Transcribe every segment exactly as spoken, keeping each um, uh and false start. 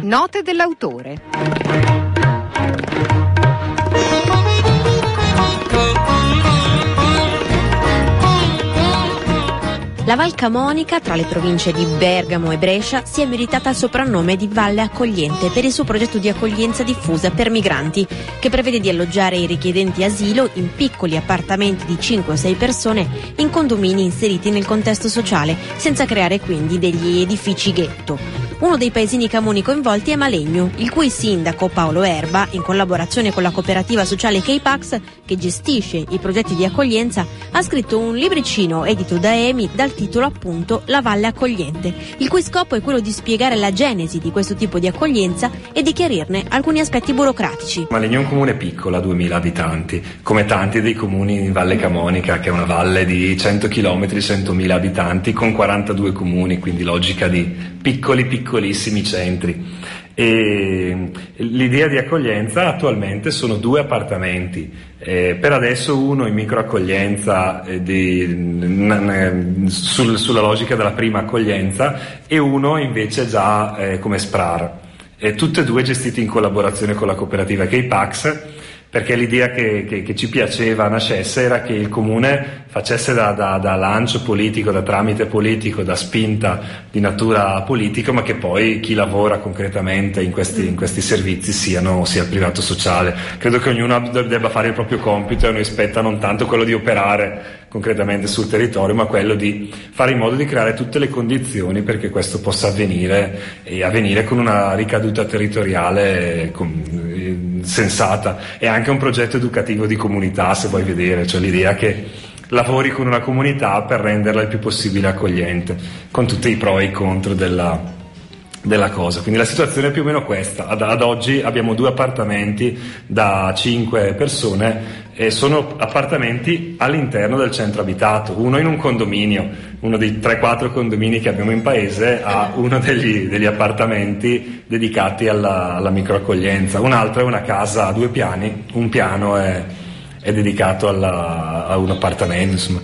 Note dell'autore. La Val Camonica, tra le province di Bergamo e Brescia, si è meritata il soprannome di Valle Accogliente per il suo progetto di accoglienza diffusa per migranti, che prevede di alloggiare i richiedenti asilo in piccoli appartamenti di cinque o sei persone in condomini inseriti nel contesto sociale, senza creare quindi degli edifici ghetto. Uno dei paesini camoni coinvolti è Malegno, il cui sindaco Paolo Erba, in collaborazione con la cooperativa sociale K-Pax, che gestisce i progetti di accoglienza, ha scritto un libricino edito da E M I dal titolo appunto La Valle Accogliente, il cui scopo è quello di spiegare la genesi di questo tipo di accoglienza e di chiarirne alcuni aspetti burocratici. Malegno è un comune piccolo, a duemila abitanti, come tanti dei comuni in Valle Camonica, che è una valle di cento chilometri, centomila abitanti, con quarantadue comuni, quindi logica di piccoli piccolissimi centri. E l'idea di accoglienza attualmente sono due appartamenti, eh, per adesso uno in microaccoglienza eh, di, n- n- sul, sulla logica della prima accoglienza e uno invece già eh, come SPRAR, eh, tutte e due gestiti in collaborazione con la cooperativa K-Pax, perché l'idea che, che, che ci piaceva nascesse era che il comune facesse da, da, da lancio politico, da tramite politico, da spinta di natura politica, ma che poi chi lavora concretamente in questi, in questi servizi siano, sia il privato sociale. Credo che ognuno debba fare il proprio compito e a noi spetta non tanto quello di operare concretamente sul territorio, ma quello di fare in modo di creare tutte le condizioni perché questo possa avvenire e avvenire con una ricaduta territoriale con, sensata. È anche un progetto educativo di comunità, se vuoi vedere, cioè l'idea che lavori con una comunità per renderla il più possibile accogliente, con tutti i pro e i contro della, della cosa. Quindi la situazione è più o meno questa. Ad, ad oggi abbiamo due appartamenti da cinque persone e sono appartamenti all'interno del centro abitato, uno in un condominio, uno dei tre quattro condomini che abbiamo in paese ha uno degli, degli appartamenti dedicati alla, alla microaccoglienza, un altro è una casa a due piani, un piano è, è dedicato alla, a un appartamento, insomma.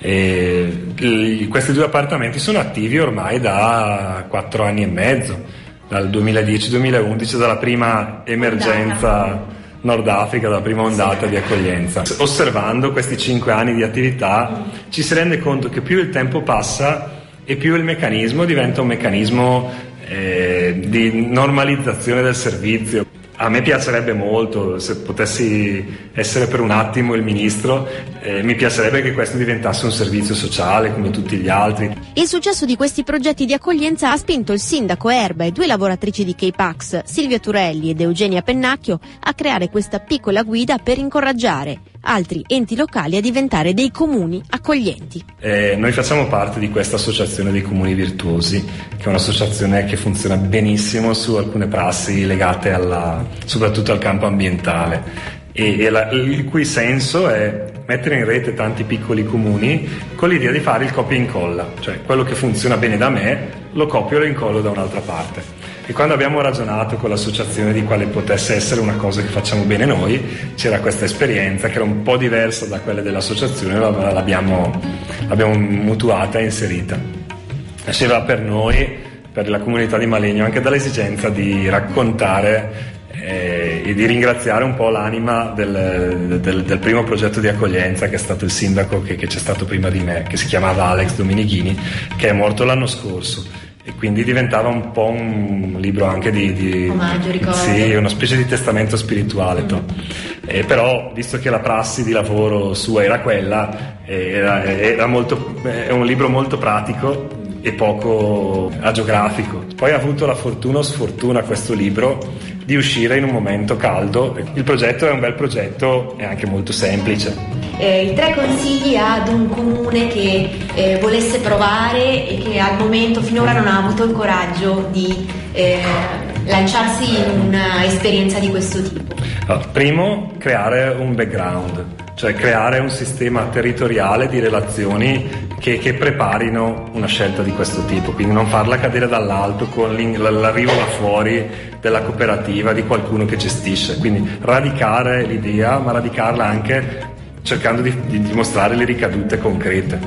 E, il, questi due appartamenti sono attivi ormai da quattro anni e mezzo, dal duemiladieci duemilaundici, dalla prima emergenza Nord Africa, dalla prima ondata di accoglienza. Osservando questi cinque anni di attività ci si rende conto che più il tempo passa e più il meccanismo diventa un meccanismo eh, di normalizzazione del servizio. A me piacerebbe molto, se potessi essere per un attimo il ministro, eh, mi piacerebbe che questo diventasse un servizio sociale come tutti gli altri. Il successo di questi progetti di accoglienza ha spinto il sindaco Erba e due lavoratrici di K-Pax, Silvia Turelli ed Eugenia Pennacchio, a creare questa piccola guida per incoraggiare altri enti locali a diventare dei comuni accoglienti. Eh, noi facciamo parte di questa associazione dei comuni virtuosi, che è un'associazione che funziona benissimo su alcune prassi legate alla, soprattutto al campo ambientale, e, e la, il cui senso è mettere in rete tanti piccoli comuni con l'idea di fare il copia e incolla, cioè quello che funziona bene da me lo copio e lo incollo da un'altra parte. E quando abbiamo ragionato con l'associazione di quale potesse essere una cosa che facciamo bene noi, c'era questa esperienza che era un po' diversa da quelle dell'associazione, l'abbiamo, l'abbiamo mutuata e inserita. Nasceva per noi, per la comunità di Malegno, anche dall'esigenza di raccontare eh, e di ringraziare un po' l'anima del, del, del primo progetto di accoglienza, che è stato il sindaco che, che c'è stato prima di me, che si chiamava Alex Dominichini, che è morto l'anno scorso. E quindi diventava un po' un libro anche di, di omaggio, ricordo. Sì, una specie di testamento spirituale. Mm. Eh, però, visto che la prassi di lavoro sua era quella, era, era molto, è un libro molto pratico e poco agiografico. Poi ha avuto la fortuna o sfortuna questo libro di uscire in un momento caldo. Il progetto è un bel progetto e anche molto semplice. Eh, I tre consigli ad un comune che eh, volesse provare e che al momento finora non ha avuto il coraggio di eh, lanciarsi in un'esperienza di questo tipo. Allora, primo, creare un background, cioè creare un sistema territoriale di relazioni che, che preparino una scelta di questo tipo, quindi non farla cadere dall'alto con l'arrivo da fuori della cooperativa, di qualcuno che gestisce, quindi radicare l'idea, ma radicarla anche cercando di, di dimostrare le ricadute concrete.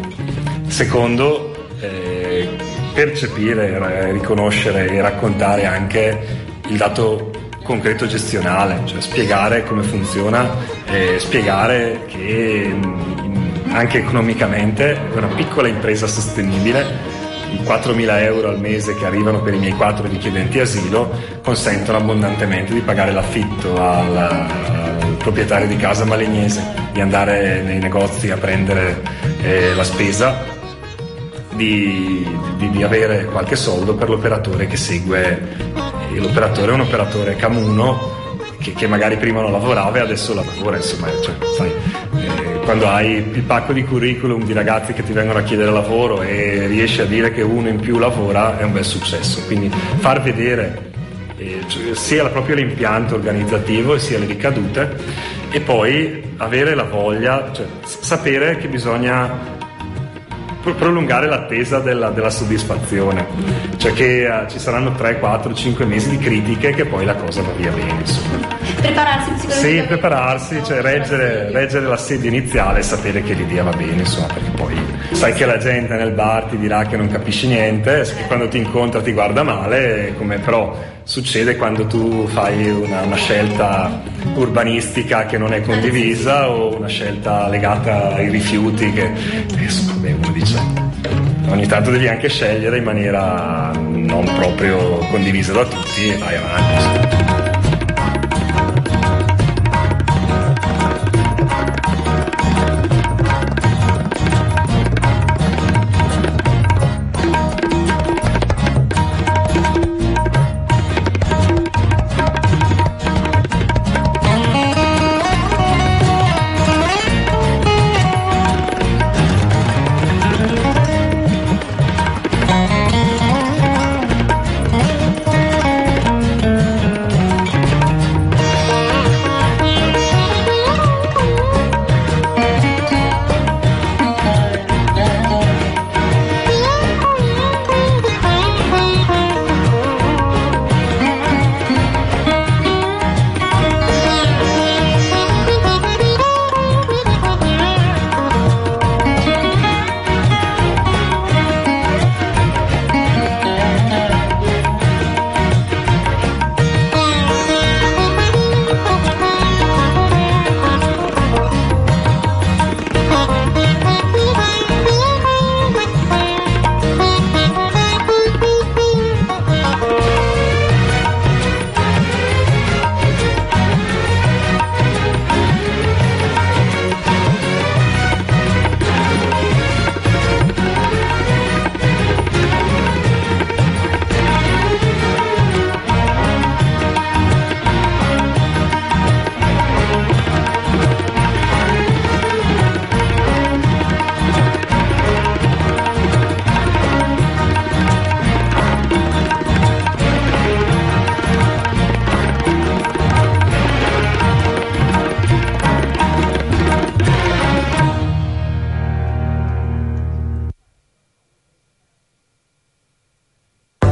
Secondo, eh, percepire, riconoscere e raccontare anche il dato concreto gestionale, cioè spiegare come funziona, eh, spiegare che mh, anche economicamente è una piccola impresa sostenibile. I quattromila euro al mese che arrivano per i miei quattro richiedenti asilo consentono abbondantemente di pagare l'affitto al, al proprietario di casa malegnese, di andare nei negozi a prendere eh, la spesa, di, di, di avere qualche soldo per l'operatore che segue. E l'operatore è un operatore camuno che, che magari prima non lavorava e adesso lavora, insomma, cioè, sai, eh, quando hai il pacco di curriculum di ragazzi che ti vengono a chiedere lavoro e riesci a dire che uno in più lavora è un bel successo. Quindi far vedere eh, cioè, sia proprio l'impianto organizzativo e sia le ricadute, e poi avere la voglia, cioè sapere che bisogna prolungare l'attesa della, della soddisfazione, cioè che uh, ci saranno tre, quattro, cinque mesi di critiche, che poi la cosa va via bene, insomma. Prepararsi psicologicamente. Sì, prepararsi, cioè reggere, reggere l'assedio iniziale e sapere che l'idea va bene, insomma, perché poi sai che la gente nel bar ti dirà che non capisci niente, che quando ti incontra ti guarda male, come però succede quando tu fai una, una scelta urbanistica che non è condivisa o una scelta legata ai rifiuti che, insomma, beh, uno dice ogni tanto devi anche scegliere in maniera non proprio condivisa da tutti e vai avanti, insomma.